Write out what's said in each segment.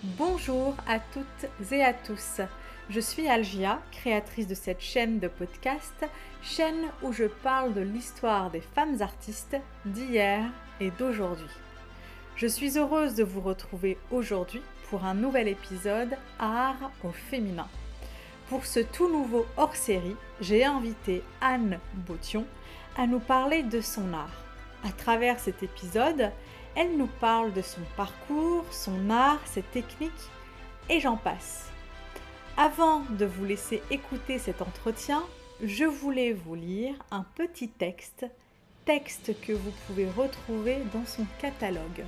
Bonjour à toutes et à tous. Je suis Algia, créatrice de cette chaîne de podcast, chaîne où je parle de l'histoire des femmes artistes d'hier et d'aujourd'hui. Je suis heureuse de vous retrouver aujourd'hui pour un nouvel épisode Art au féminin. Pour ce tout nouveau hors-série, j'ai invité Anne Bothion à nous parler de son art. À travers cet épisode, elle nous parle de son parcours, son art, ses techniques et j'en passe. Avant de vous laisser écouter cet entretien, je voulais vous lire un petit texte que vous pouvez retrouver dans son catalogue.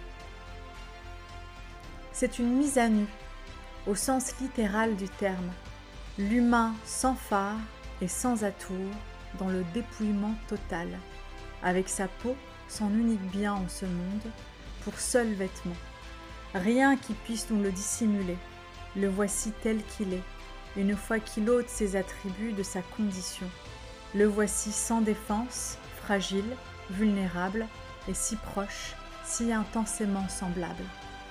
C'est une mise à nu, au sens littéral du terme, l'humain sans phare et sans atour, dans le dépouillement total, avec sa peau, son unique bien en ce monde, pour seul vêtement. Rien qui puisse nous le dissimuler. Le voici tel qu'il est, une fois qu'il ôte ses attributs de sa condition. Le voici sans défense, fragile, vulnérable, et si proche, si intensément semblable.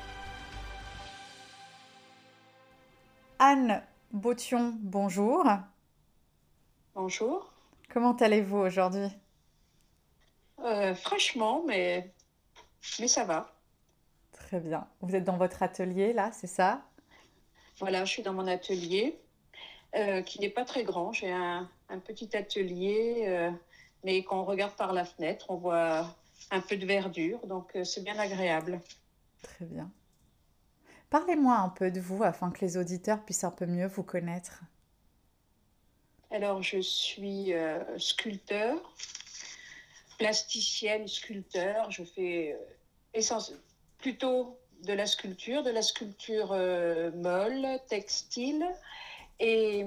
Anne Bothion, bonjour. Bonjour. Comment allez-vous aujourd'hui ? Fraîchement, mais ça va. Très bien. Vous êtes dans votre atelier là, c'est ça ? Voilà, je suis dans mon atelier qui n'est pas très grand. J'ai un petit atelier, mais quand on regarde par la fenêtre, on voit un peu de verdure, donc c'est bien agréable. Très bien. Parlez-moi un peu de vous afin que les auditeurs puissent un peu mieux vous connaître. Alors, je suis sculpteur, plasticienne, sculpteur. Je fais plutôt de la sculpture molle, textile. Et,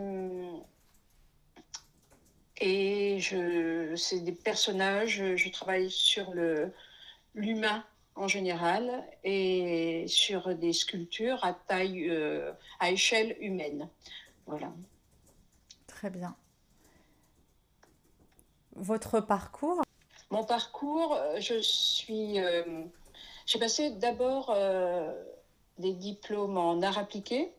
c'est des personnages, je travaille sur l'humain en général et sur des sculptures à taille, à échelle humaine. Voilà. Très bien. Votre parcours ? Mon parcours, j'ai passé d'abord des diplômes en arts appliqués.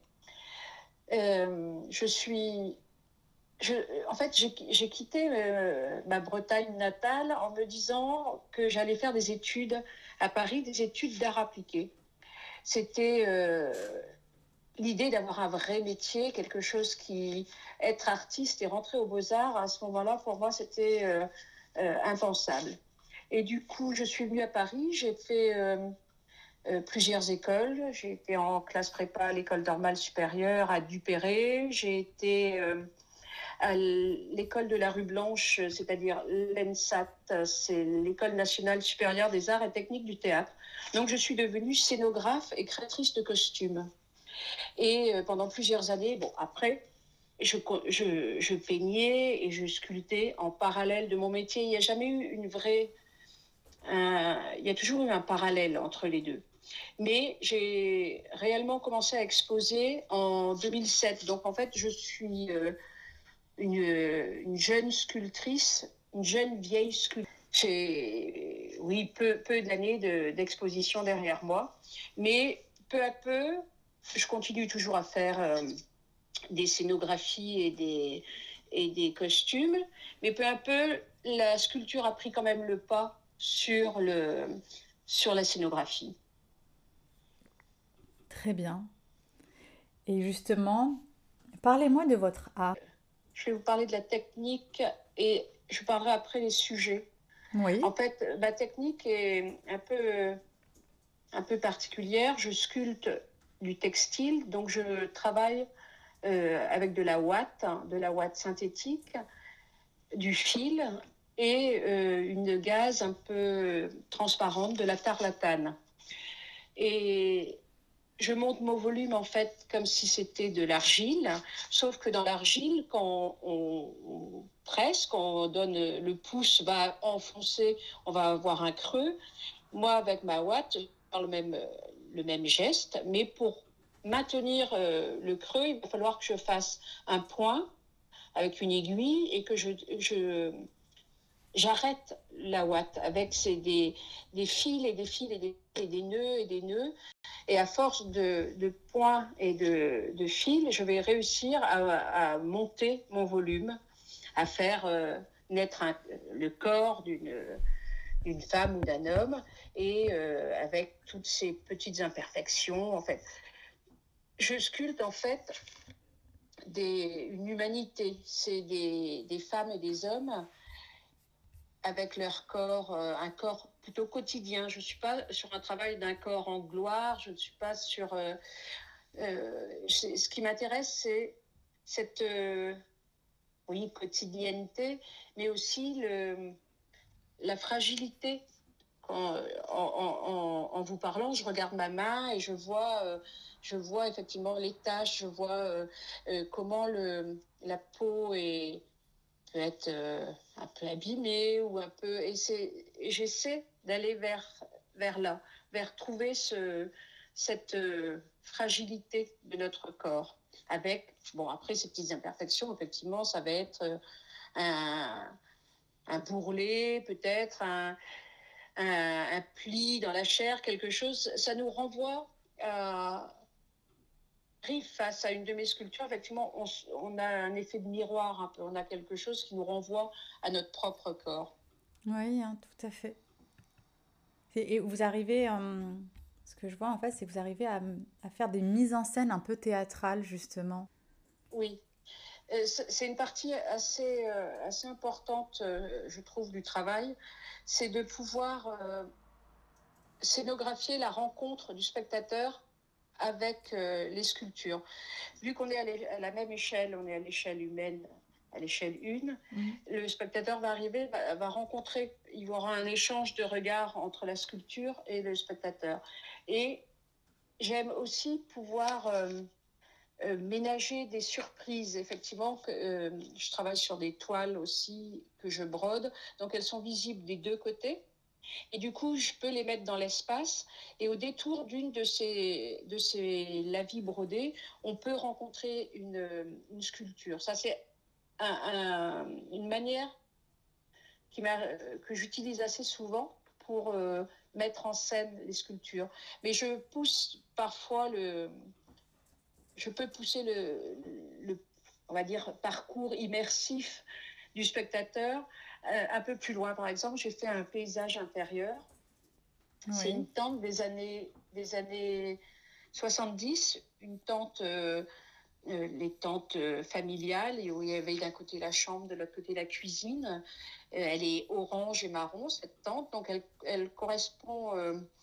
Je suis En fait, j'ai quitté ma Bretagne natale en me disant que j'allais faire des études à Paris, des études d'art appliqué. C'était l'idée d'avoir un vrai métier, quelque chose qui... Être artiste et rentrer aux Beaux-Arts, à ce moment-là, pour moi, c'était impensable. Et du coup, je suis venue à Paris, j'ai fait plusieurs écoles. J'ai été en classe prépa à l'école normale supérieure à Duperré. J'ai été... à l'école de la rue Blanche, c'est-à-dire l'ENSAT, c'est l'École nationale supérieure des arts et techniques du théâtre. Donc je suis devenue scénographe et créatrice de costumes. Et pendant plusieurs années, après, je peignais et je sculptais en parallèle de mon métier. Il n'y a jamais eu il y a toujours eu un parallèle entre les deux. Mais j'ai réellement commencé à exposer en 2007. Donc en fait, je suis une jeune sculptrice, une jeune vieille sculptrice. J'ai, oui, peu d'années d'exposition derrière moi, mais peu à peu, je continue toujours à faire des scénographies et des costumes, mais peu à peu, la sculpture a pris quand même le pas sur la scénographie. Très bien. Et justement, parlez-moi de votre art. Je vais vous parler de la technique et je parlerai après des sujets. Oui, En fait, ma technique est un peu particulière. Je sculpte du textile, donc je travaille avec de la ouate synthétique, du fil et une gaze un peu transparente, de la tarlatane. Et je monte mon volume en fait comme si c'était de l'argile, sauf que dans l'argile, quand on presse, quand on donne le pouce, va enfoncer, on va avoir un creux. Moi, avec ma ouate, je vais faire le même geste, mais pour maintenir le creux, il va falloir que je fasse un point avec une aiguille et que j'arrête la ouate avec des fils et des fils et des nœuds et des nœuds. Et à force de points et de fils, je vais réussir à monter mon volume, à faire naître le corps d'une femme ou d'un homme, et avec toutes ces petites imperfections. En fait, je sculpte en fait une humanité. C'est des femmes et des hommes avec leur corps, un corps plutôt quotidien. Je ne suis pas sur un travail d'un corps en gloire, je ne suis pas sur... ce qui m'intéresse, c'est cette oui, quotidienneté, mais aussi la fragilité. En vous parlant, je regarde ma main et je vois effectivement les taches, je vois comment la peau peut être un peu abîmée ou un peu... Et j'essaie d'aller vers là, vers trouver cette fragilité de notre corps. Avec, bon, après ces petites imperfections, effectivement, ça va être un, un bourrelet, peut-être un pli dans la chair, quelque chose. Ça nous renvoie à... Arrive face à une de mes sculptures, effectivement, on a un effet de miroir un peu. On a quelque chose qui nous renvoie à notre propre corps. Oui, hein, tout à fait. Et vous arrivez, ce que je vois en fait, c'est que vous arrivez à faire des mises en scène un peu théâtrales, justement. Oui, c'est une partie assez importante, je trouve, du travail. C'est de pouvoir scénographier la rencontre du spectateur avec les sculptures. Vu qu'on est à la même échelle, on est à l'échelle humaine, à l'échelle 1, Mhm. le spectateur va arriver, va rencontrer, il y aura un échange de regards entre la sculpture et le spectateur. Et j'aime aussi pouvoir ménager des surprises. Effectivement, je travaille sur des toiles aussi que je brode, donc elles sont visibles des deux côtés. Et du coup, je peux les mettre dans l'espace. Et au détour d'une de ces lavis brodés, on peut rencontrer une sculpture. Ça, c'est une manière que j'utilise assez souvent pour mettre en scène les sculptures. Mais je pousse parfois je peux pousser on va dire, parcours immersif du spectateur un peu plus loin. Par exemple, j'ai fait un paysage intérieur. C'est Oui. une tente des années 70, une tente, les tentes familiales, et où il y avait d'un côté la chambre, de l'autre côté la cuisine. Elle est orange et marron, cette tente, donc elle correspond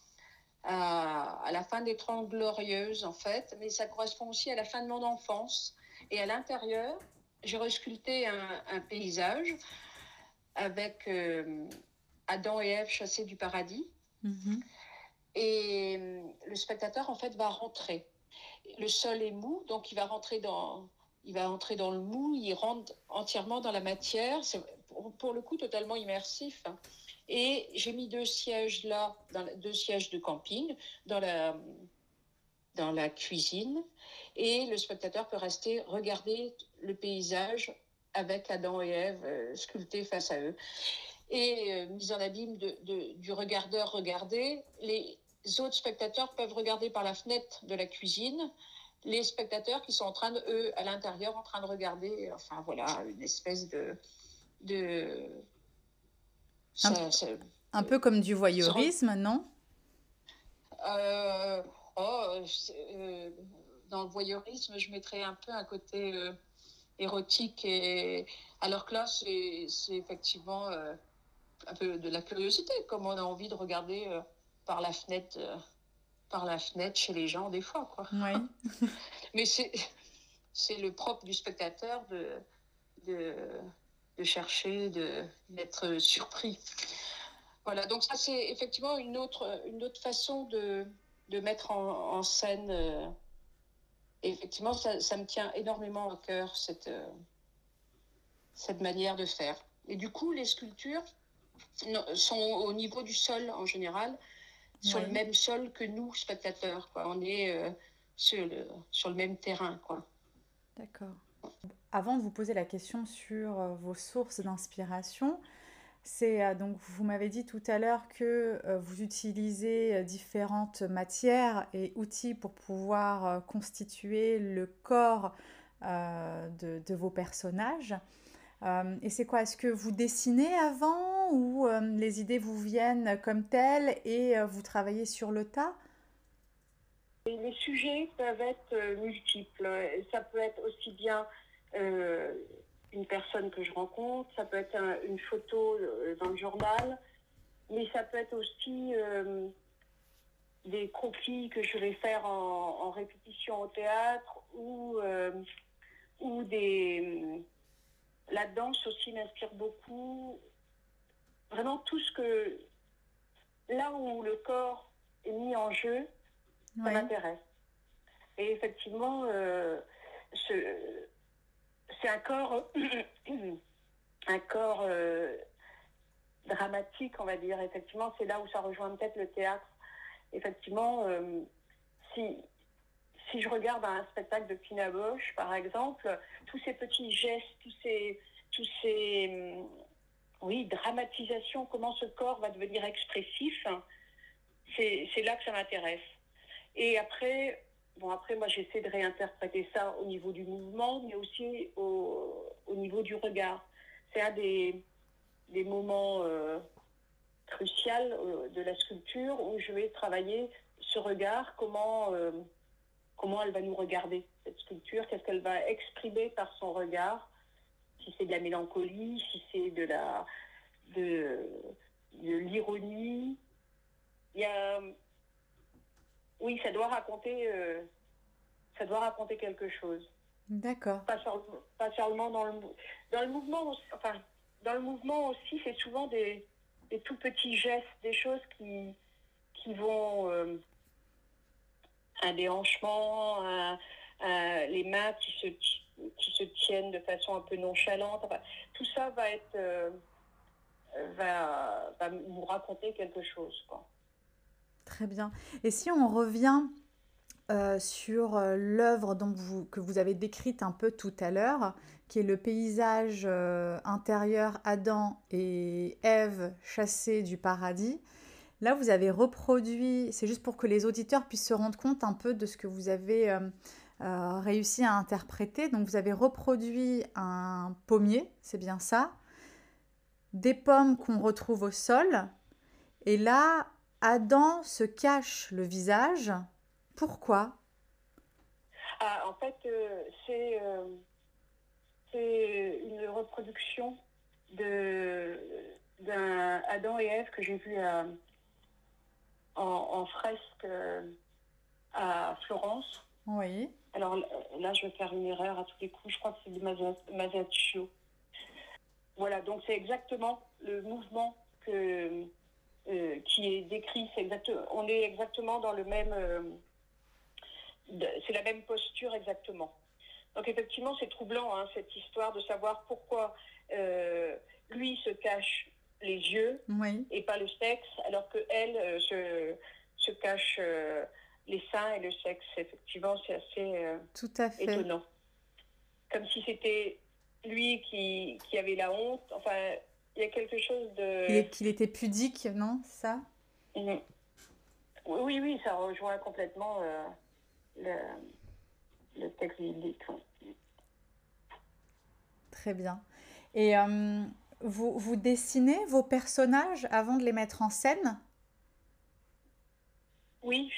à la fin des Trente Glorieuses, en fait, mais ça correspond aussi à la fin de mon enfance. Et à l'intérieur, j'ai resculpté un paysage avec Adam et Ève chassés du paradis. Mhm. Et le spectateur, en fait, va rentrer. Le sol est mou, donc il va entrer dans le mou, il rentre entièrement dans la matière. C'est pour le coup totalement immersif. Et j'ai mis deux sièges là, deux sièges de camping dans dans la cuisine. Et le spectateur peut rester regarder le paysage avec Adam et Ève sculptés face à eux. Et mise en abîme du regardeur regardé, les autres spectateurs peuvent regarder par la fenêtre de la cuisine les spectateurs qui sont en train eux, à l'intérieur, en train de regarder, enfin voilà, une espèce de Un, ça, ça, un peu comme du se re- voyeurisme, non? euh, oh, dans le voyeurisme, je mettrais un peu un côté érotique, alors que là, c'est effectivement un peu de la curiosité, comme on a envie de regarder par la fenêtre chez les gens des fois, quoi. Oui. Mais c'est le propre du spectateur de, de chercher, d'être surpris. Voilà, donc ça c'est effectivement une autre façon de mettre en scène. Et effectivement, ça me tient énormément à cœur, cette manière de faire. Et du coup, les sculptures sont au niveau du sol en général, sur le Oui. même sol que nous, spectateurs, quoi. On est sur le même terrain, quoi. D'accord. Avant de vous poser la question sur vos sources d'inspiration, Donc vous m'avez dit tout à l'heure que vous utilisez différentes matières et outils pour pouvoir constituer le corps de vos personnages. Et c'est quoi? Est-ce que vous dessinez avant ou les idées vous viennent comme telles et vous travaillez sur le tas? Et les sujets peuvent être multiples. Ça peut être aussi bien euh, une personne que je rencontre, ça peut être une photo dans le journal, mais ça peut être aussi des croquis que je vais faire en répétition au théâtre ou des... La danse aussi m'inspire beaucoup. Vraiment tout ce que... Là où le corps est mis en jeu, ça Oui, m'intéresse. Et effectivement, ce- c'est un corps, un corps dramatique, on va dire. Effectivement, c'est là où ça rejoint peut-être le théâtre. Effectivement, si, si je regarde un spectacle de Pina Bausch, par exemple, tous ces petits gestes, tous ces oui, dramatisations, comment ce corps va devenir expressif, c'est là que ça m'intéresse. Et après, bon, après, moi, j'essaie de réinterpréter ça au niveau du mouvement, mais aussi au niveau du regard. C'est un des moments cruciaux de la sculpture où je vais travailler ce regard, comment elle va nous regarder, cette sculpture, qu'est-ce qu'elle va exprimer par son regard, si c'est de la mélancolie, si c'est de, de l'ironie. Il y a, oui, ça doit raconter quelque chose. d'accord. Pas seulement dans le mouvement, enfin, dans le mouvement aussi, c'est souvent des tout petits gestes, des choses qui vont, un déhanchement, les mains qui se tiennent de façon un peu nonchalante. Enfin, tout ça va nous raconter quelque chose, quoi. Très bien. Et si on revient sur l'œuvre que vous avez décrite un peu tout à l'heure, qui est le paysage intérieur Adam et Ève chassés du paradis. Là, vous avez reproduit, c'est juste pour que les auditeurs puissent se rendre compte un peu de ce que vous avez réussi à interpréter. Donc, vous avez reproduit un pommier, c'est bien ça, des pommes qu'on retrouve au sol. Et là, Adam se cache le visage. Pourquoi? Ah, en fait, c'est une reproduction d'un Adam et Ève que j'ai vu en fresque à Florence. Oui, Alors là, je vais faire une erreur à tous les coups. Je crois que c'est du Masaccio. Voilà, donc c'est exactement le mouvement qui est décrit. On est exactement dans le même. C'est la même posture exactement. Donc effectivement, c'est troublant, hein, cette histoire de savoir pourquoi lui se cache les yeux oui, et pas le sexe, alors que elle se cache les seins et le sexe. Effectivement, c'est assez tout à fait. étonnant. Comme si c'était lui qui avait la honte. Enfin, il y a quelque chose de... Qu'il était pudique, non, ça? Oui, oui, ça rejoint complètement le, le texte biblique. Très bien. Et vous dessinez vos personnages avant de les mettre en scène? Oui,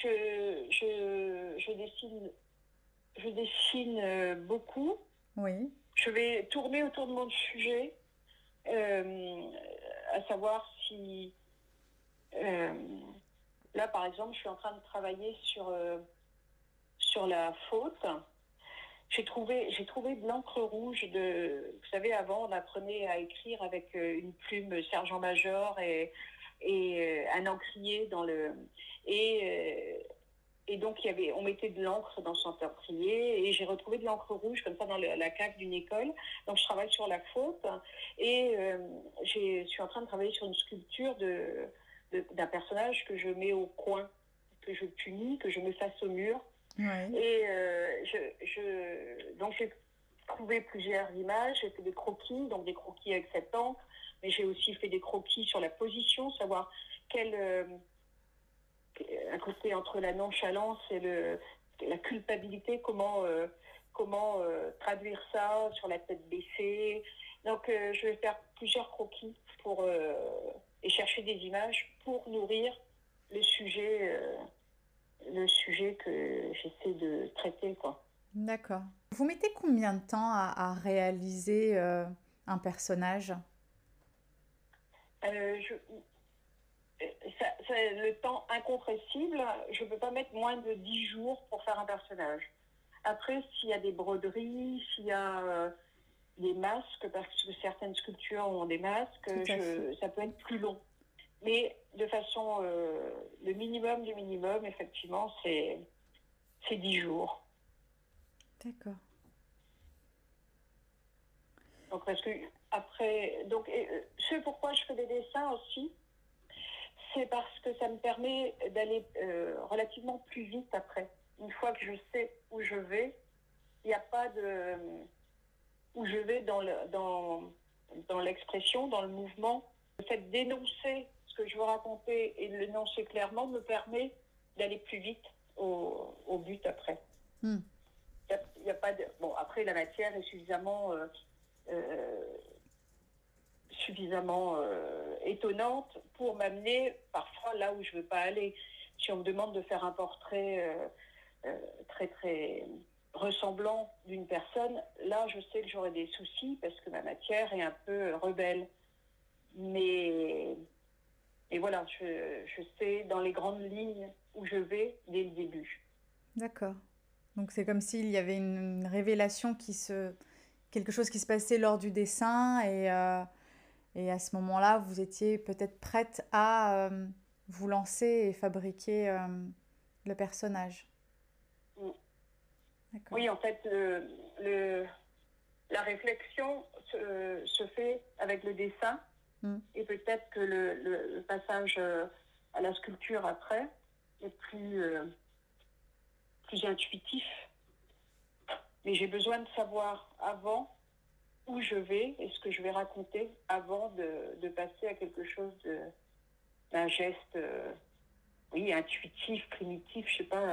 je dessine beaucoup. Oui, Je vais tourner autour de mon sujet, euh, à savoir si... euh, là, par exemple, je suis en train de travailler sur la faute. J'ai trouvé de l'encre rouge vous savez, avant, on apprenait à écrire avec une plume sergent-major et un encrier et, euh, et donc, on mettait de l'encre dans son encrier et j'ai retrouvé de l'encre rouge comme ça dans la cave d'une école. Donc, je travaille sur la faute et je suis en train de travailler sur une sculpture d'un personnage que je mets au coin, que je punis, que je mets face au mur. oui, Et donc, trouvé plusieurs images, j'ai fait des croquis, donc des croquis avec cette encre, mais j'ai aussi fait des croquis sur la position, savoir un côté entre la nonchalance et la culpabilité, comment traduire ça sur la tête baissée. Donc je vais faire plusieurs croquis et chercher des images pour nourrir le sujet que j'essaie de traiter, quoi. D'accord. Vous mettez combien de temps à réaliser un personnage? Euh, je, c'est le temps incompressible. Je ne peux pas mettre moins de 10 jours pour faire un personnage. Après, s'il y a des broderies, s'il y a des masques, parce que certaines sculptures ont des masques, Tout à fait. ça peut être plus long. Mais de façon, le minimum du minimum, effectivement, c'est 10 jours. D'accord. Donc, parce que après, donc, ce pourquoi je fais des dessins aussi, c'est parce que ça me permet d'aller relativement plus vite après. Une fois que je sais où je vais, il n'y a pas de... où je vais dans l'expression, dans le mouvement. Le fait d'énoncer ce que je veux raconter et de l'énoncer clairement me permet d'aller plus vite au but après. Hmm. Il y a pas de... Bon, après, la matière est suffisamment étonnante pour m'amener parfois là où je ne veux pas aller. Si on me demande de faire un portrait très très ressemblant d'une personne, là je sais que j'aurai des soucis parce que ma matière est un peu rebelle. Mais voilà, je sais dans les grandes lignes où je vais dès le début. D'accord. Donc c'est comme s'il y avait une révélation quelque chose qui se passait lors du dessin et à ce moment-là, vous étiez peut-être prête à vous lancer et fabriquer le personnage. Mm. D'accord. Oui, en fait, la réflexion se fait avec le dessin. Mm. Et peut-être que le passage à la sculpture après est plus intuitif. Mais j'ai besoin de savoir avant où je vais et ce que je vais raconter avant de passer à quelque chose d'un geste, oui, intuitif, primitif, je sais pas.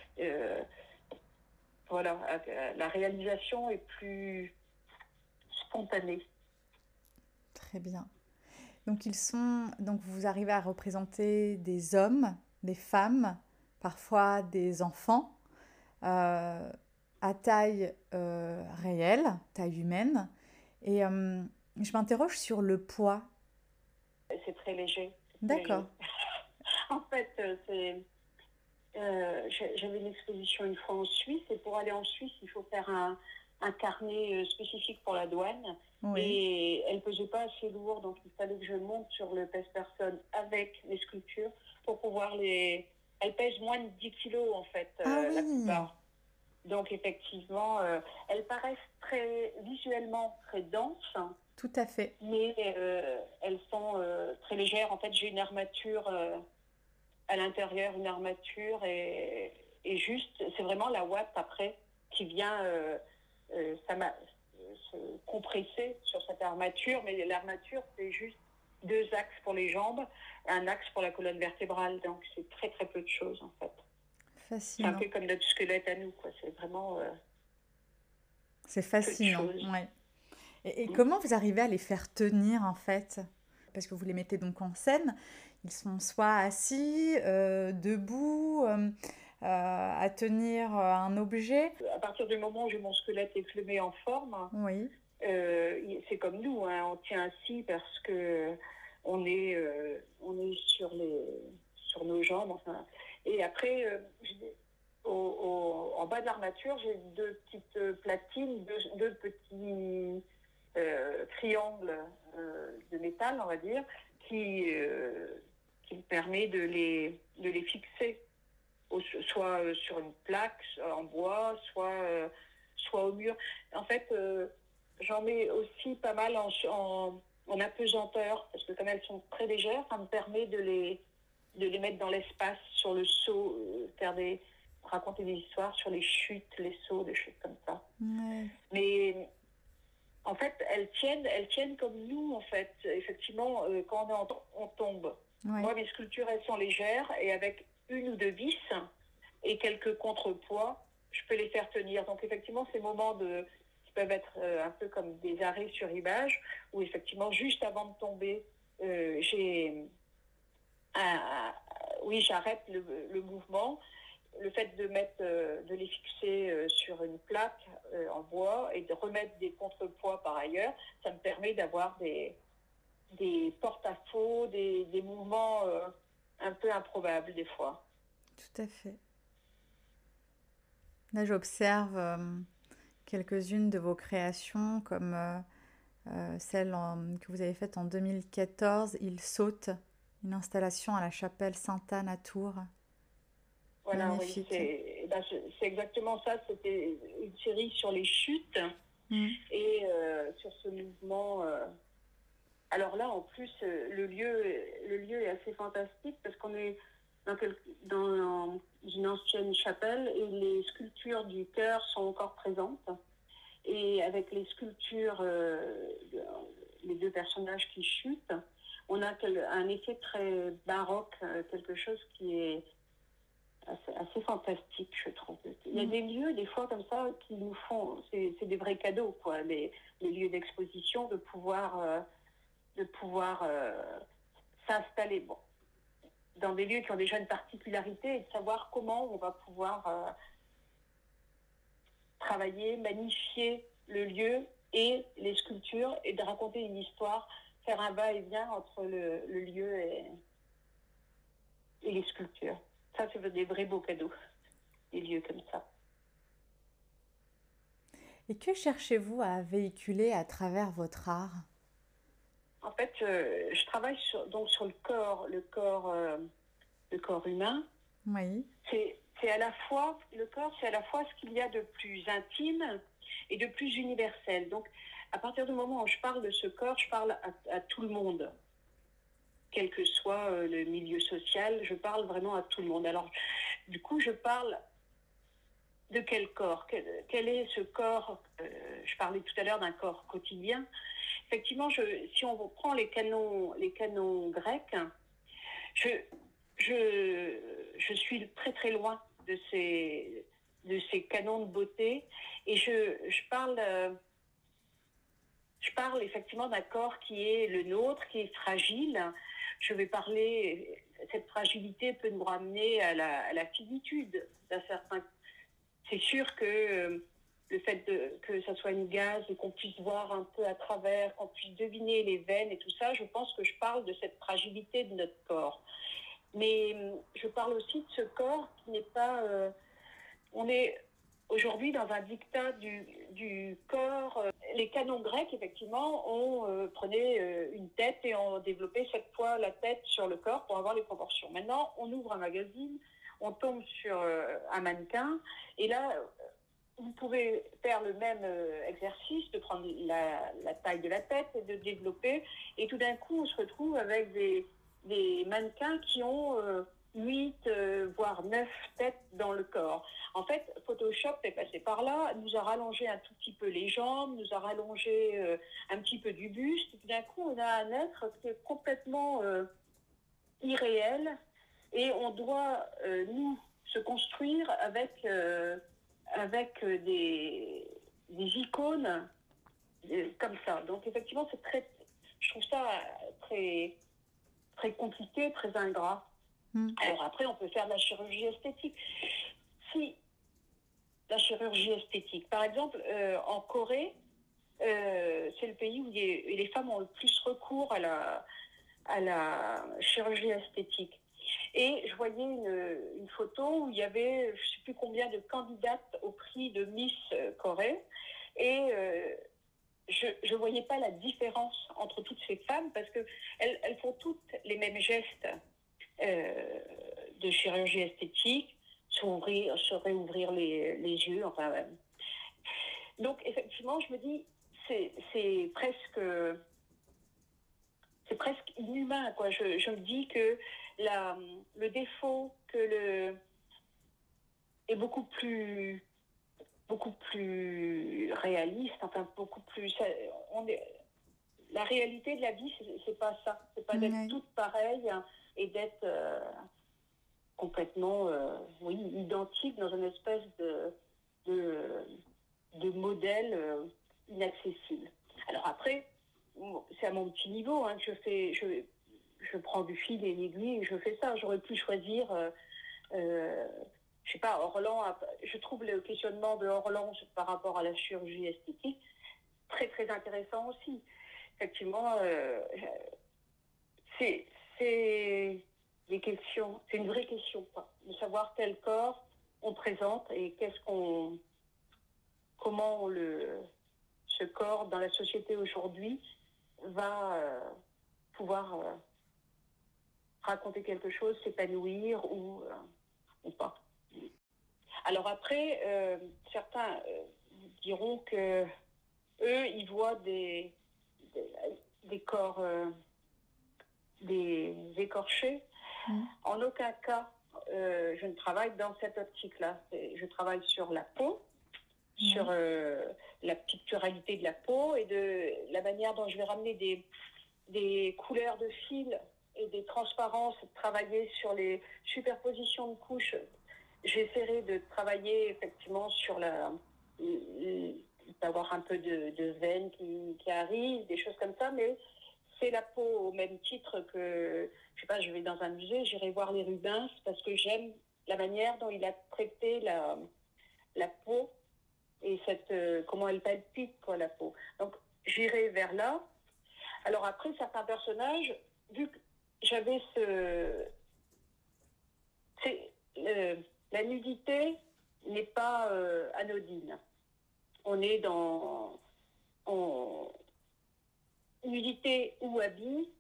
Voilà, la réalisation est plus spontanée. Très bien. Donc vous arrivez à représenter des hommes, des femmes, parfois des enfants, euh, à taille réelle, taille humaine. Et je m'interroge sur le poids. C'est très léger. C'est très léger. D'accord. En fait, j'avais une exposition une fois en Suisse et pour aller en Suisse, il faut faire un carnet spécifique pour la douane Oui. et elle pesait pas assez lourd, donc il fallait que je monte sur le pèse-personne avec les sculptures pour pouvoir les... Elles pèsent moins de 10 kilos en fait, Ah la oui, plupart. Donc effectivement, elles paraissent visuellement très denses, tout à fait. mais elles sont très légères. En fait, j'ai une armature à l'intérieur, une armature et juste, c'est vraiment la ouate après qui vient se compresser sur cette armature, mais l'armature c'est juste 2 axes pour les jambes, un axe pour la colonne vertébrale, donc c'est très très peu de choses en fait. C'est un Fascinant. peu comme notre squelette à nous, quoi. C'est vraiment C'est peu de fascinant, choses. ouais. Et comment vous arrivez à les faire tenir en fait? Parce que vous les mettez donc en scène, ils sont soit assis, debout, à tenir un objet. À partir du moment où j'ai mon squelette effleuré en forme, Oui, c'est comme nous, hein, on tient assis parce que on est sur nos jambes. Enfin. Et après, en bas de l'armature, j'ai 2 petites platines, deux petits triangles de métal, on va dire, qui me permet de les fixer, soit sur une plaque en bois, soit au mur. En fait, j'en mets aussi pas mal en apesanteur, parce que comme elles sont très légères, ça me permet de les mettre dans l'espace, sur le seau, raconter des histoires sur les chutes, les sauts, des choses comme ça. Ouais. Mais en fait, elles tiennent comme nous, en fait. Effectivement, quand on tombe. Ouais. Moi, mes sculptures, elles sont légères et avec une ou deux vis et quelques contrepoids, je peux les faire tenir. Donc, effectivement, ces moments qui peuvent être un peu comme des arrêts sur image, où effectivement, juste avant de tomber, oui, j'arrête le mouvement. Le fait de les fixer sur une plaque en bois et de remettre des contrepoids par ailleurs, ça me permet d'avoir des porte-à-faux, des mouvements un peu improbables des fois. Tout à fait. Là, j'observe quelques-unes de vos créations, comme celle que vous avez faite en 2014, Il saute, une installation à la chapelle Sainte-Anne à Tours. Voilà, Magnifique. oui, c'est exactement ça. C'était une série sur les chutes et sur ce mouvement. Alors là, en plus, le lieu est assez fantastique parce qu'on est dans une ancienne chapelle et les sculptures du chœur sont encore présentes. Et avec les sculptures, les deux personnages qui chutent, on a un effet très baroque, quelque chose qui est assez fantastique, je trouve. Il y a des lieux, des fois, comme ça, qui nous font... C'est des vrais cadeaux, quoi, les lieux d'exposition, de pouvoir s'installer dans des lieux qui ont déjà une particularité et de savoir comment on va pouvoir travailler, magnifier le lieu et les sculptures et de raconter une histoire, faire un va-et-vient entre le lieu et les sculptures. Ça, c'est des vrais beaux cadeaux, des lieux comme ça. Et que cherchez-vous à véhiculer à travers votre art? En fait, je travaille donc sur le corps humain. Oui. C'est à la fois, le corps, c'est à la fois ce qu'il y a de plus intime et de plus universel. Donc, à partir du moment où je parle de ce corps, je parle à tout le monde. Quel que soit le milieu social, je parle vraiment à tout le monde. Alors, du coup, je parle de quel corps? Quel est ce corps? Je parlais tout à l'heure d'un corps quotidien. Effectivement, si on prend les canons grecs, je suis très très loin de ces canons de beauté et je parle effectivement d'un corps qui est le nôtre, qui est fragile. Je vais parler, cette fragilité peut nous ramener à la finitude d'un certain. C'est sûr que le fait que ça soit une gaze et qu'on puisse voir un peu à travers, qu'on puisse deviner les veines et tout ça, je pense que je parle de cette fragilité de notre corps. Mais je parle aussi de ce corps qui n'est pas... on est aujourd'hui dans un dictat du corps. Les canons grecs, effectivement, prenaient une tête et ont développé 7 fois la tête sur le corps pour avoir les proportions. Maintenant, on ouvre un magazine, on tombe sur un mannequin, et là, vous pouvez faire le même exercice, de prendre la taille de la tête et de développer, et tout d'un coup, on se retrouve avec des mannequins qui ont 8, voire 9 têtes dans le corps. En fait, Photoshop est passé par là, nous a rallongé un tout petit peu les jambes, nous a rallongé un petit peu du buste, et tout d'un coup, on a un être qui est complètement irréel, et on doit, nous, se construire avec des icônes comme ça. Donc, effectivement, je trouve ça très, très compliqué, très ingrat. Alors après, on peut faire de la chirurgie esthétique. Si la chirurgie esthétique, par exemple, en Corée, c'est le pays où les femmes ont le plus recours à la chirurgie esthétique. Et je voyais une photo où il y avait, je ne sais plus combien de candidates au prix de Miss Corée. Et je ne voyais pas la différence entre toutes ces femmes parce qu'elles font toutes les mêmes gestes de chirurgie esthétique, se réouvrir les yeux, enfin. Donc, effectivement, je me dis, c'est presque inhumain, quoi. Je me dis que le défaut, que est beaucoup plus réaliste, enfin beaucoup plus. La réalité de la vie, c'est pas ça. C'est pas d'être toutes pareilles et d'être complètement, oui, identique dans une espèce de modèle inaccessible. Alors après, c'est à mon petit niveau, hein, que je prends du fil et l'aiguille et je fais ça. J'aurais pu choisir, je sais pas, Orlan. Je trouve le questionnement de Orlan par rapport à la chirurgie esthétique très très intéressant aussi. Effectivement, c'est des questions, c'est une vraie question, quoi, de savoir quel corps on présente et comment ce corps dans la société aujourd'hui va pouvoir raconter quelque chose, s'épanouir ou pas. Alors après, certains diront que eux, ils voient des corps des écorchés. En aucun cas, je ne travaille dans cette optique-là. Je travaille sur la peau, sur la picturalité de la peau et de la manière dont je vais ramener des couleurs de fil et des transparences, travailler sur les superpositions de couches. J'essaierai de travailler effectivement sur d'avoir un peu de veines qui arrivent, des choses comme ça, mais c'est la peau au même titre que, je sais pas, je vais dans un musée, j'irai voir les Rubens parce que j'aime la manière dont il a traité la peau et comment elle palpite, quoi, la peau. Donc, j'irai vers là. Alors après, certains personnages, vu que j'avais la nudité n'est pas anodine. On est dans nudité ou habit,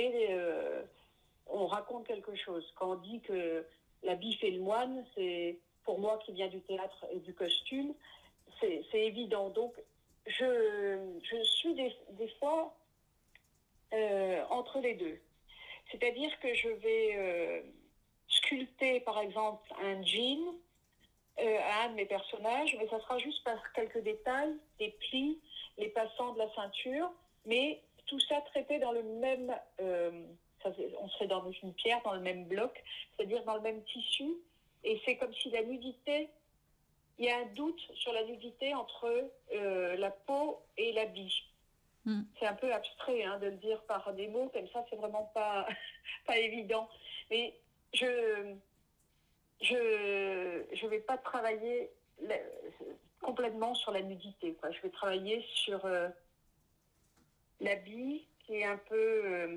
on raconte quelque chose. Quand on dit que l'habit fait le moine, c'est pour moi qui viens du théâtre et du costume, c'est évident. Donc je suis des fois entre les deux. C'est-à-dire que je vais sculpter, par exemple, un jean à un de mes personnages, mais ça sera juste par quelques détails, des plis, les passants de la ceinture, mais tout ça traité dans le même... on serait dans une pierre, dans le même bloc, c'est-à-dire dans le même tissu, et c'est comme si la nudité... Il y a un doute sur la nudité entre la peau et l'habit. C'est un peu abstrait de le dire par des mots comme ça, c'est vraiment pas évident. Mais je vais pas travailler complètement sur la nudité, quoi. Je vais travailler sur l'habit qui est un peu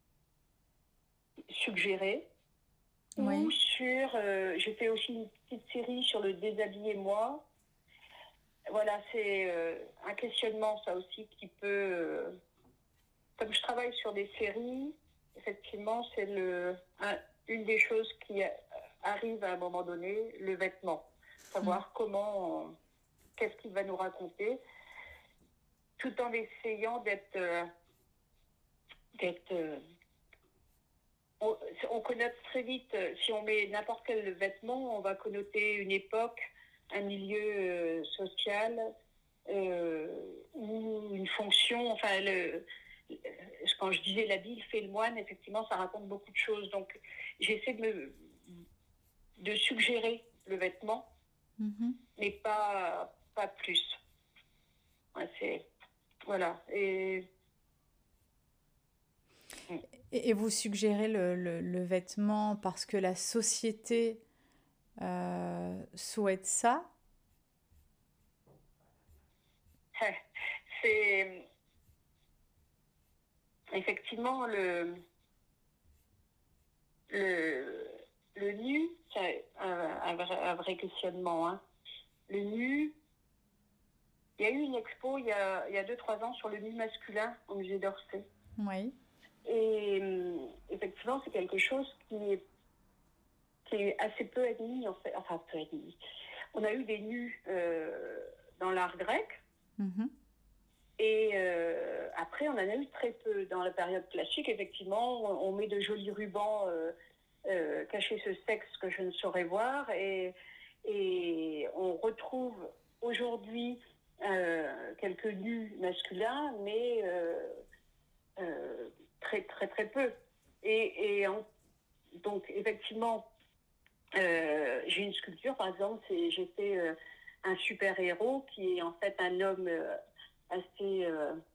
suggéré. Oui. Ou sur... j'ai fait aussi une petite série sur le déshabillez-moi. Voilà, c'est un questionnement, ça aussi, qui peut... comme je travaille sur des séries, effectivement, c'est une des choses qui arrive à un moment donné, le vêtement. Savoir qu'est-ce qu'il va nous raconter, tout en essayant d'être... on connote très vite, si on met n'importe quel vêtement, on va connoter une époque, un milieu social ou une fonction. Enfin, quand je disais l'habit fait le moine, effectivement, ça raconte beaucoup de choses. Donc, j'essaie de suggérer le vêtement, mais pas plus. Ouais, voilà. Et vous suggérez le vêtement parce que la société souhaite ça? C'est effectivement le nu, c'est un vrai questionnement. Hein. Le nu, il y a eu une expo il y a 2-3 ans sur le nu masculin au musée d'Orsay. Oui. Et effectivement, c'est quelque chose qui est assez peu admis, en fait. Enfin, peu admis. On a eu des nus dans l'art grec. Et après, on en a eu très peu. Dans la période classique, effectivement, on met de jolis rubans cachés ce sexe que je ne saurais voir. Et Et on retrouve aujourd'hui quelques nus masculins, mais très très très peu. Donc effectivement, j'ai une sculpture, par exemple, j'ai fait un super-héros qui est en fait un homme assez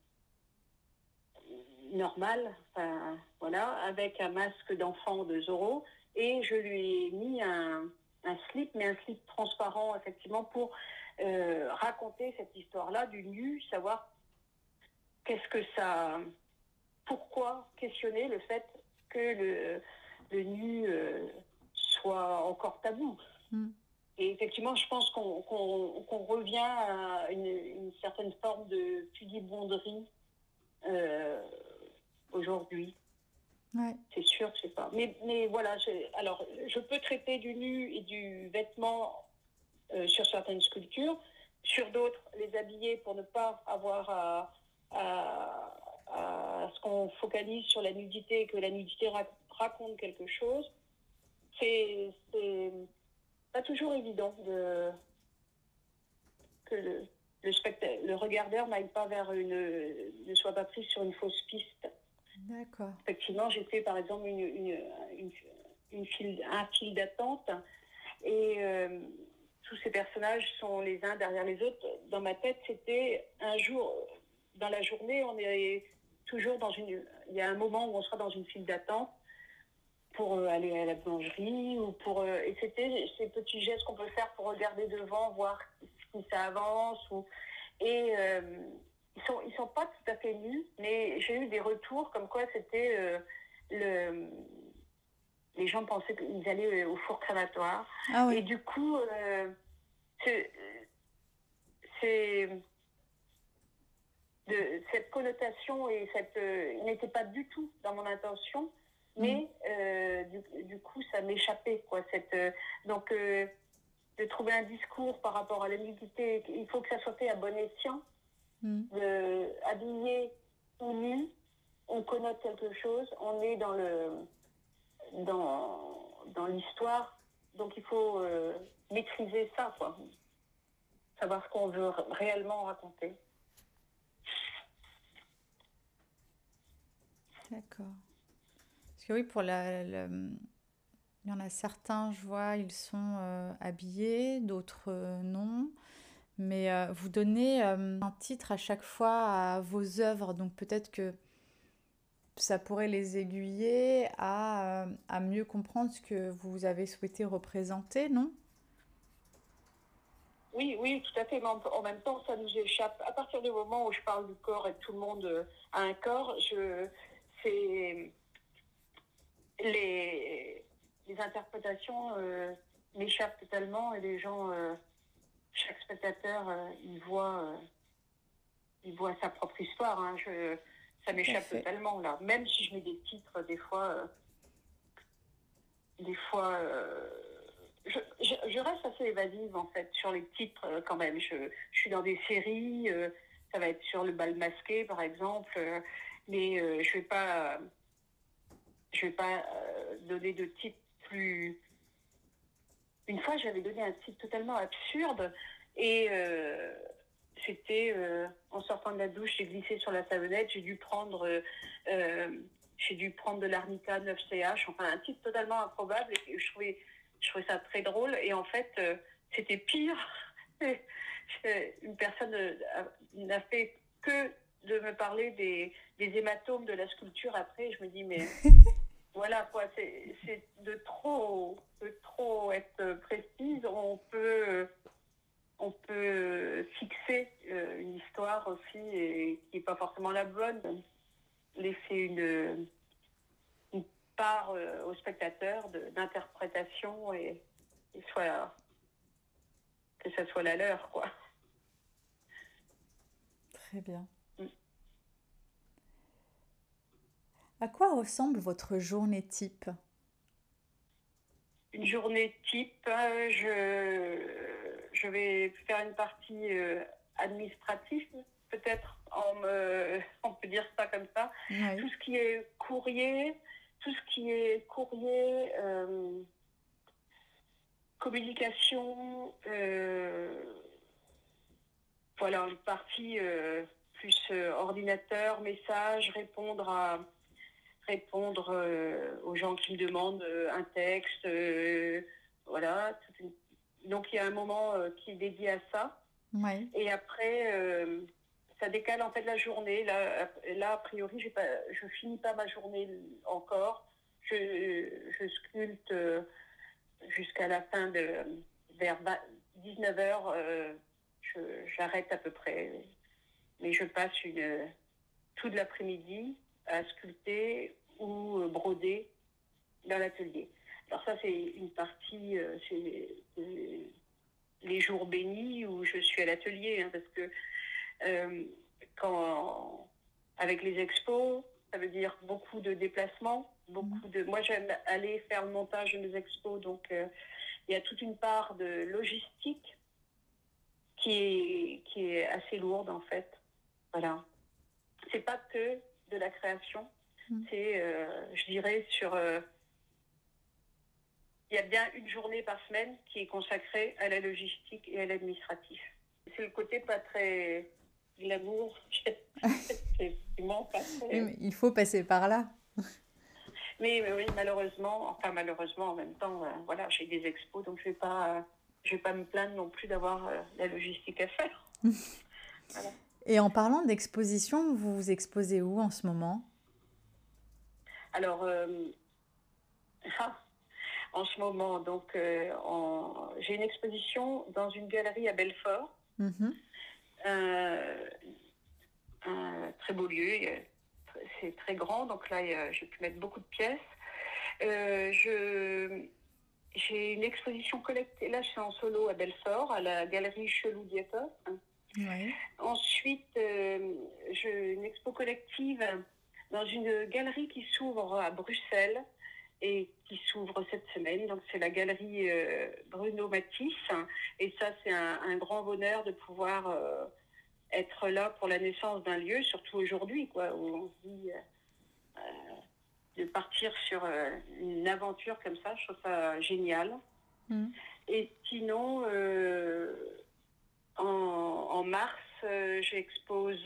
normal, enfin, voilà, avec un masque d'enfant de Zorro, et je lui ai mis un slip, mais un slip transparent, effectivement, pour raconter cette histoire-là du nu, savoir qu'est-ce que ça... Pourquoi questionner le fait que le nu soit encore tabou. Et effectivement, je pense qu'on revient à une certaine forme de pudibonderie aujourd'hui. Ouais. C'est sûr, je sais pas. Mais voilà, alors je peux traiter du nu et du vêtement sur certaines sculptures, sur d'autres, les habiller pour ne pas avoir à ce qu'on focalise sur la nudité et que la nudité raconte quelque chose. C'est pas toujours évident que le regardeur n'aille pas vers ne soit pas pris sur une fausse piste. D'accord. Effectivement, j'ai fait par exemple un fil d'attente et tous ces personnages sont les uns derrière les autres. Dans ma tête, c'était un jour, dans la journée, on est toujours il y a un moment où on sera dans une file d'attente pour aller à la boulangerie ou et c'était ces petits gestes qu'on peut faire pour regarder devant, voir si ça avance et ils sont pas tout à fait nus, mais j'ai eu des retours comme quoi c'était les gens pensaient qu'ils allaient au four crématoire. Ah oui. Et du coup cette connotation et il n'était pas du tout dans mon intention, mais du coup ça m'échappait quoi. Donc de trouver un discours par rapport à la nudité, il faut que ça soit fait à bon escient. Habillé ou nu, on connote quelque chose, on est dans l'histoire, donc il faut maîtriser ça, quoi. Savoir ce qu'on veut réellement raconter. D'accord. Parce que oui, il y en a certains, je vois, ils sont habillés, d'autres non. Mais vous donnez un titre à chaque fois à vos œuvres, donc peut-être que ça pourrait les aiguiller à mieux comprendre ce que vous avez souhaité représenter, non? Oui, oui, tout à fait. Mais en même temps, ça nous échappe. À partir du moment où je parle du corps et que tout le monde a un corps, les interprétations m'échappent totalement et les gens, chaque spectateur, il voit sa propre histoire. Hein. Ça m'échappe totalement là. Même si je mets des titres, des fois, je reste assez évasive en fait sur les titres quand même. Je suis dans des séries, ça va être sur le bal masqué par exemple, mais je vais pas donner de titre plus. Une fois, j'avais donné un titre totalement absurde et c'était en sortant de la douche, j'ai glissé sur la savonnette, j'ai dû prendre de l'arnica 9CH, enfin un titre totalement improbable et je trouvais ça très drôle et en fait c'était pire. Une personne n'a fait que de me parler des hématomes de la sculpture après. Je me dis mais voilà quoi, c'est de trop être précise. On peut fixer une histoire aussi et qui n'est pas forcément la bonne. Laisser une part au spectateur d'interprétation et que ça soit la leur, quoi. Très bien. À quoi ressemble votre journée type? Une journée type, je vais faire une partie administrative, peut-être, on peut dire ça comme ça. Oui. Tout ce qui est courrier, Communication, voilà, une partie plus ordinateur, message, répondre aux gens qui me demandent un texte, voilà. Donc il y a un moment qui est dédié à ça. Oui. Et après, ça décale en fait la journée. Là a priori, je finis pas ma journée encore. Je sculpte jusqu'à la fin vers 19h. J'arrête à peu près. Mais je passe toute l'après-midi à sculpter ou broder dans l'atelier. Alors ça, c'est une partie, c'est les jours bénis où je suis à l'atelier, hein, parce que avec les expos, ça veut dire beaucoup de déplacements, moi j'aime aller faire le montage de mes expos, donc il y a toute une part de logistique qui est assez lourde en fait. Voilà. C'est pas que de la création, c'est, je dirais, il y a bien une journée par semaine qui est consacrée à la logistique et à l'administratif. C'est le côté pas très glamour. C'est vraiment pas très... Oui, il faut passer par là. Mais oui, malheureusement en même temps, voilà, j'ai des expos, donc je vais pas me plaindre non plus d'avoir la logistique à faire. Voilà. Et en parlant d'exposition, vous vous exposez où en ce moment? Alors, en ce moment, donc, j'ai une exposition dans une galerie à Belfort. Un très beau lieu, c'est très grand, donc là, j'ai pu mettre beaucoup de pièces. J'ai une exposition collective, là je suis en solo à Belfort, à la galerie Chelou-Dietos. Oui. Ensuite, j'ai une expo collective dans une galerie qui s'ouvre à Bruxelles et qui s'ouvre cette semaine. Donc c'est la galerie Bruno Matisse. Et ça, c'est un grand bonheur de pouvoir être là pour la naissance d'un lieu, surtout aujourd'hui, quoi, où on se dit de partir sur une aventure comme ça. Je trouve ça génial. Et sinon, en mars, j'expose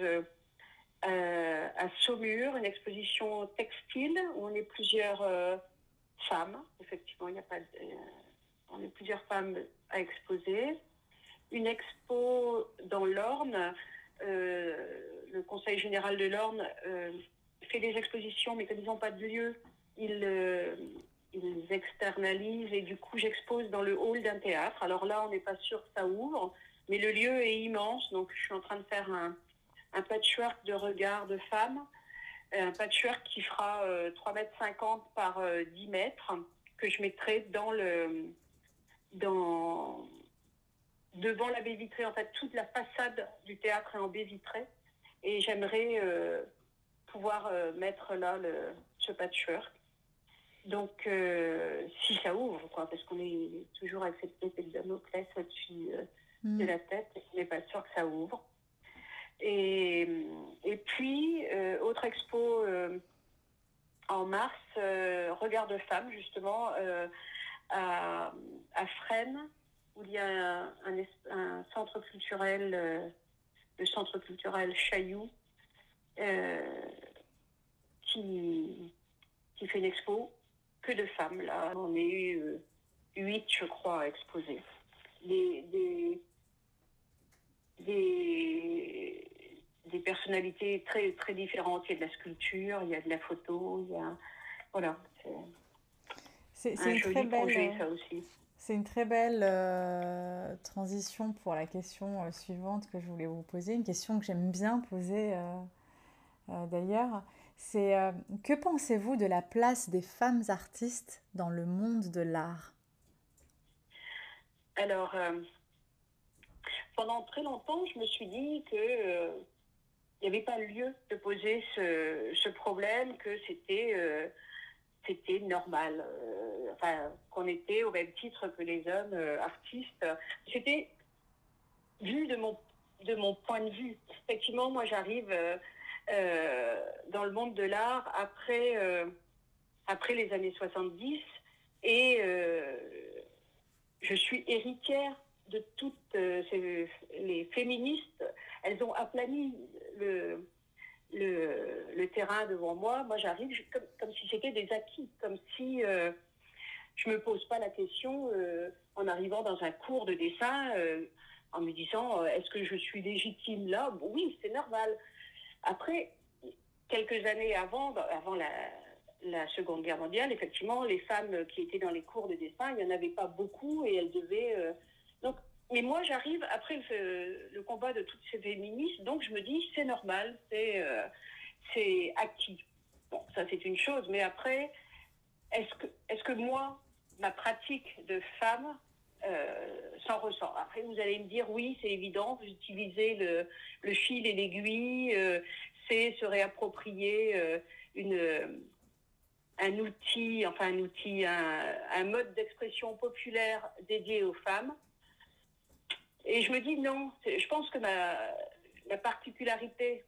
à Saumur une exposition textile où on est plusieurs femmes. Effectivement, on est plusieurs femmes à exposer. Une expo dans l'Orne. Le Conseil général de l'Orne fait des expositions, mais comme ils n'ont pas de lieu, ils externalisent et du coup j'expose dans le hall d'un théâtre. Alors là, on n'est pas sûr que ça ouvre, mais le lieu est immense, donc je suis en train de faire un patchwork de regards de femmes, un patchwork qui fera 3,50 m par 10 mètres, que je mettrai devant la baie vitrée. En fait, toute la façade du théâtre est en baie vitrée, et j'aimerais pouvoir mettre là ce patchwork. Donc, si ça ouvre, quoi, parce qu'on est toujours avec cette épée de Damoclès au-dessus de la tête, on n'est pas sûr que ça ouvre. Et puis, autre expo en mars, Regard de femme, justement, à Fresnes, où il y a un centre culturel, le centre culturel Chailloux, qui fait une expo que de femmes. Là, on est eu 8, je crois, à exposer. Des personnalités très, très différentes. Il y a de la sculpture, il y a de la photo, il y a... Voilà. C'est un joli projet, ça aussi. C'est une très belle transition pour la question suivante que je voulais vous poser. Une question que j'aime bien poser d'ailleurs. C'est que pensez-vous de la place des femmes artistes dans le monde de l'art? Alors, pendant très longtemps, je me suis dit que il n'y avait pas lieu de poser ce problème, que c'était normal, qu'on était au même titre que les hommes artistes. C'était vu de mon point de vue. Effectivement, moi j'arrive dans le monde de l'art après les années 70, et je suis héritière de toutes les féministes. Elles ont aplani le terrain devant moi. Moi, j'arrive comme si c'était des acquis, comme si je me pose pas la question en arrivant dans un cours de dessin en me disant est-ce que je suis légitime là? Bon, oui, c'est normal. Après, quelques années avant la Seconde Guerre mondiale, effectivement, les femmes qui étaient dans les cours de dessin, il n'y en avait pas beaucoup et elles devaient... donc, mais moi, j'arrive après le combat de toutes ces féministes, donc je me dis, c'est normal, c'est acquis. Bon, ça c'est une chose, mais après, est-ce que moi, ma pratique de femme s'en ressent? Après, vous allez me dire, oui, c'est évident, vous utilisez le fil et l'aiguille, c'est se réapproprier un outil, un mode d'expression populaire dédié aux femmes. Et je me dis non, je pense que la particularité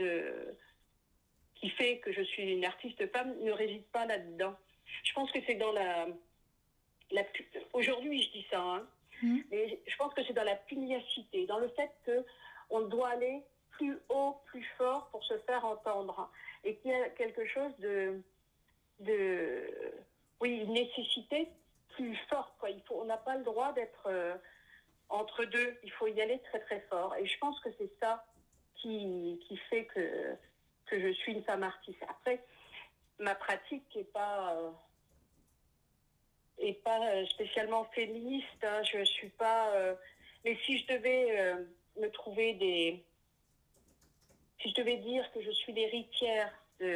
qui fait que je suis une artiste femme ne réside pas là-dedans. Je pense que c'est dans aujourd'hui je dis ça, hein, mais je pense que c'est dans la pugnacité, dans le fait qu'on doit aller plus haut, plus fort pour se faire entendre. Et qu'il y a quelque chose une nécessité plus forte, quoi. On n'a pas le droit d'être entre deux. Il faut y aller très très fort. Et je pense que c'est ça qui fait que je suis une femme artiste. Après, ma pratique est pas spécialement féministe. Hein. Je suis pas. Mais si je devais si je devais dire que je suis l'héritière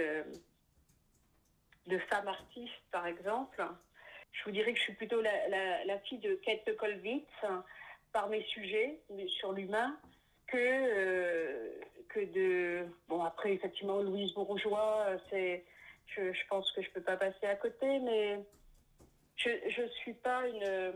de femmes artistes, par exemple, je vous dirais que je suis plutôt la fille de Kate Kollwitz par mes sujets sur l'humain que de... Bon, après, effectivement, Louise Bourgeois, je pense que je peux pas passer à côté, mais je suis pas une...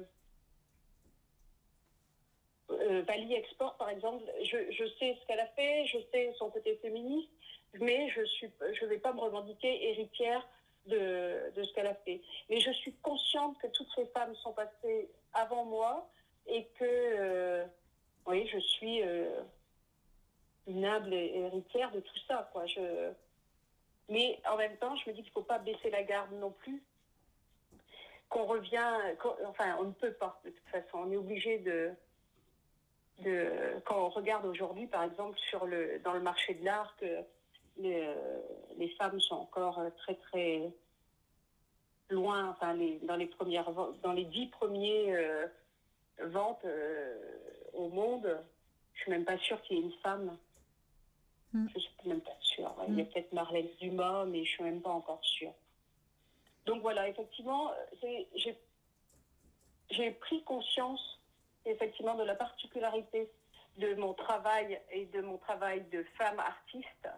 Vali Export, par exemple, je sais ce qu'elle a fait, je sais son côté féministe, mais je vais pas me revendiquer héritière de ce qu'elle a fait. Mais je suis consciente que toutes ces femmes sont passées avant moi et que, oui, je suis une humble héritière de tout ça, quoi. Mais en même temps, je me dis qu'il ne faut pas baisser la garde non plus, on ne peut pas, de toute façon. On est obligé quand on regarde aujourd'hui, par exemple, dans le marché de l'art, que les femmes sont encore très très loin, dans les 10 premiers ventes au monde, je suis même pas sûre qu'il y ait une femme. Je suis même pas sûre. Il y a peut-être Marlène Dumas, mais je suis même pas encore sûre. Donc voilà, effectivement, j'ai pris conscience effectivement de la particularité de mon travail et de mon travail de femme artiste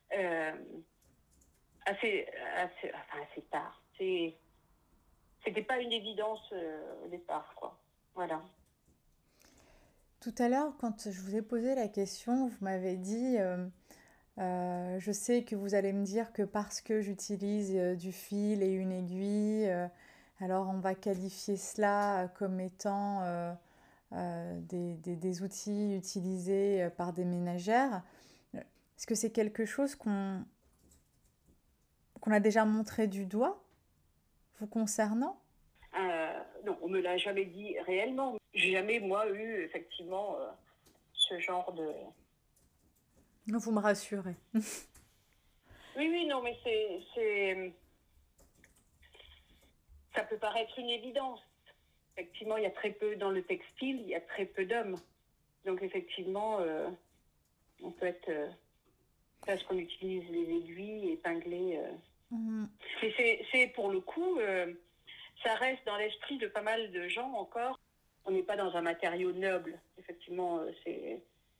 assez tard. C'était pas une évidence au départ, quoi. Voilà. Tout à l'heure, quand je vous ai posé la question, vous m'avez dit je sais que vous allez me dire que parce que j'utilise du fil et une aiguille, alors on va qualifier cela comme étant des outils utilisés par des ménagères. Est-ce que c'est quelque chose qu'on a déjà montré du doigt, vous concernant? Non, on me l'a jamais dit réellement. J'ai jamais, moi, eu effectivement ce genre de... Vous me rassurez. Oui, non, mais ça peut paraître une évidence. Effectivement, il y a très peu dans le textile, il y a très peu d'hommes. Donc effectivement, on peut être... parce qu'on utilise les aiguilles épinglées. Et c'est pour le coup, ça reste dans l'esprit de pas mal de gens encore. On n'est pas dans un matériau noble. Effectivement, c'est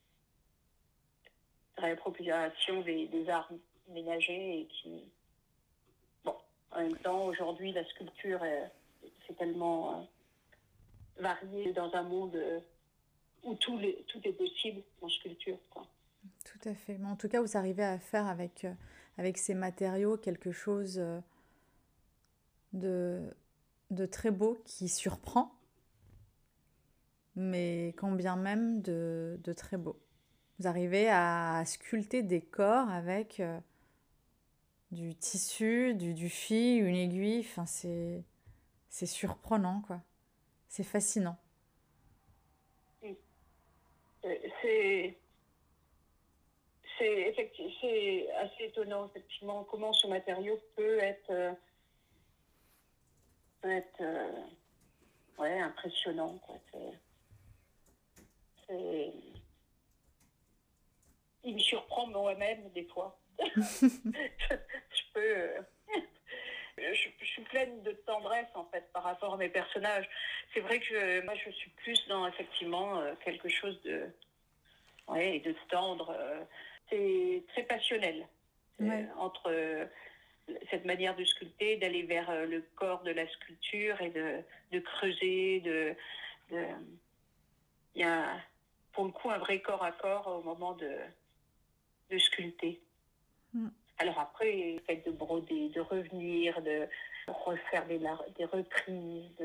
la réappropriation des arts ménagers et qui... Bon, en même temps, aujourd'hui, la sculpture, c'est tellement varié dans un monde où tout est possible en sculpture, quoi. Tout à fait. Mais en tout cas, vous arrivez à faire avec ces matériaux quelque chose de très beau qui surprend. mais quand bien même de très beaux. Vous arrivez à sculpter des corps avec du tissu, du fil, une aiguille. Enfin, c'est surprenant, quoi. C'est fascinant. C'est c'est assez étonnant, effectivement, comment ce matériau peut être ouais, impressionnant, quoi. Il me surprend moi-même des fois. je peux. Je suis pleine de tendresse en fait par rapport à mes personnages. C'est vrai que moi je suis plus dans effectivement quelque chose de ouais, de tendre. C'est très passionnel Ouais. entre cette manière de sculpter, d'aller vers le corps de la sculpture et de creuser. Il y a pour le coup un vrai corps à corps au moment de sculpter. Mm. Alors après, le fait de broder, de revenir, de refaire des reprises,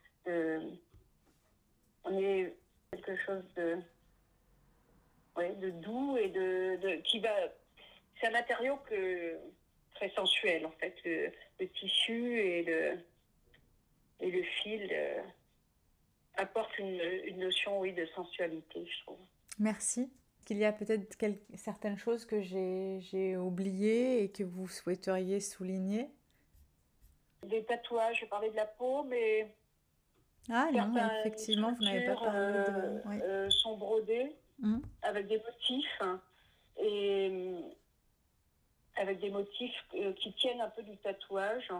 on est quelque chose ouais, de doux et qui va. C'est un matériau très sensuel en fait, le tissu et le fil apportent une notion, oui, de sensualité, je trouve. Merci. Qu'il y a peut-être certaines choses que j'ai oubliées et que vous souhaiteriez souligner. Des tatouages, je parlais de la peau, mais Ah non, certaines effectivement, vous n'avez pas sculptures parlé de... Oui. sont brodées avec des motifs et avec des motifs qui tiennent un peu du tatouage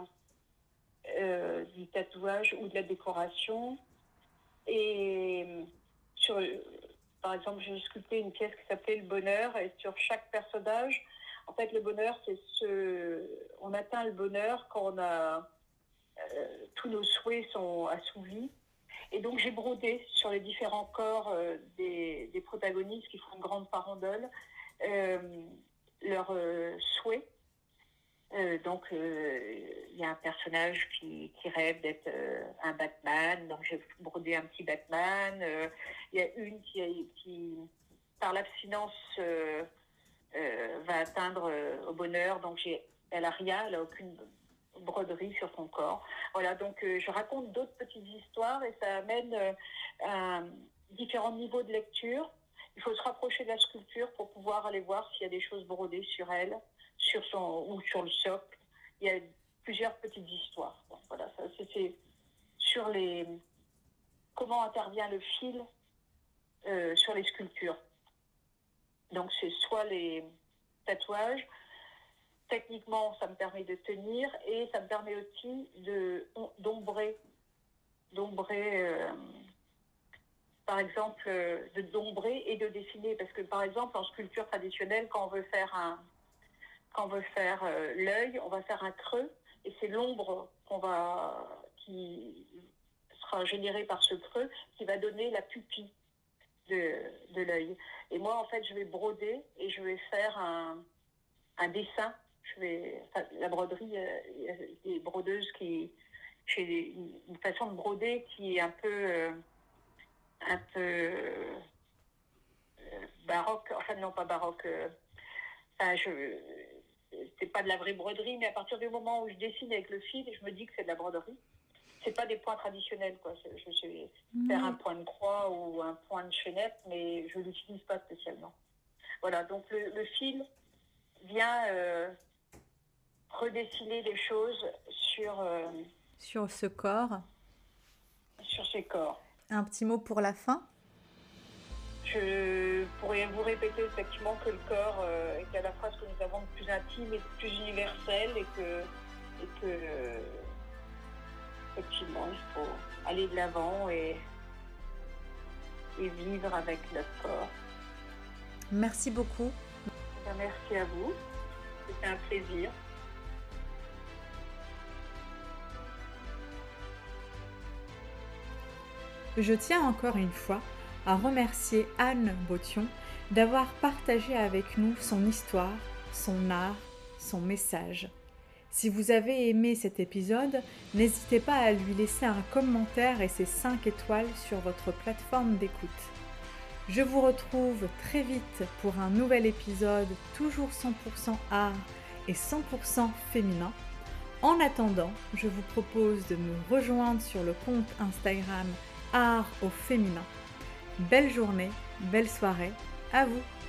ou de la décoration. Et par exemple, j'ai sculpté une pièce qui s'appelait Le Bonheur, et sur chaque personnage, en fait, le bonheur, on atteint le bonheur quand tous nos souhaits sont assouvis. Et donc, j'ai brodé sur les différents corps des protagonistes qui font une grande farandole leurs souhaits. Donc, il y a un personnage qui rêve d'être un Batman, donc j'ai brodé un petit Batman. Il y a une qui par l'abstinence, va atteindre au bonheur, donc elle a rien, elle a aucune broderie sur son corps. Voilà, donc je raconte d'autres petites histoires et ça amène à différents niveaux de lecture. Il faut se rapprocher de la sculpture pour pouvoir aller voir s'il y a des choses brodées sur elle, ou sur le socle. Il y a plusieurs petites histoires. Donc, voilà, ça, c'est sur comment intervient le fil sur les sculptures. Donc c'est soit les tatouages, techniquement ça me permet de tenir et ça me permet aussi d'ombrer par exemple d'ombrer et de dessiner, parce que par exemple en sculpture traditionnelle, quand on veut faire l'œil, on va faire un creux et c'est l'ombre qui sera générée par ce creux qui va donner la pupille de l'œil. Et moi, en fait, je vais broder et je vais faire un dessin. La broderie, il y a des brodeuses j'ai une façon de broder qui est un peu baroque. Enfin, non, pas baroque. C'est pas de la vraie broderie, mais à partir du moment où je dessine avec le fil, je me dis que c'est de la broderie. C'est pas des points traditionnels, quoi. Je sais faire un point de croix ou un point de chaînette, mais je l'utilise pas spécialement. Voilà, donc le fil vient redessiner des choses sur ce corps. Sur ces corps. Un petit mot pour la fin. Je pourrais vous répéter effectivement que le corps est à la fois ce que nous avons de plus intime et de plus universel et que effectivement il faut aller de l'avant et vivre avec notre corps. Merci beaucoup. Merci à vous, c'était un plaisir. Je tiens encore une fois à remercier Anne Botion d'avoir partagé avec nous son histoire, son art, son message. Si vous avez aimé cet épisode, n'hésitez pas à lui laisser un commentaire et ses 5 étoiles sur votre plateforme d'écoute. Je vous retrouve très vite pour un nouvel épisode, toujours 100% art et 100% féminin. En attendant, je vous propose de me rejoindre sur le compte Instagram Art au féminin. Belle journée, belle soirée, à vous!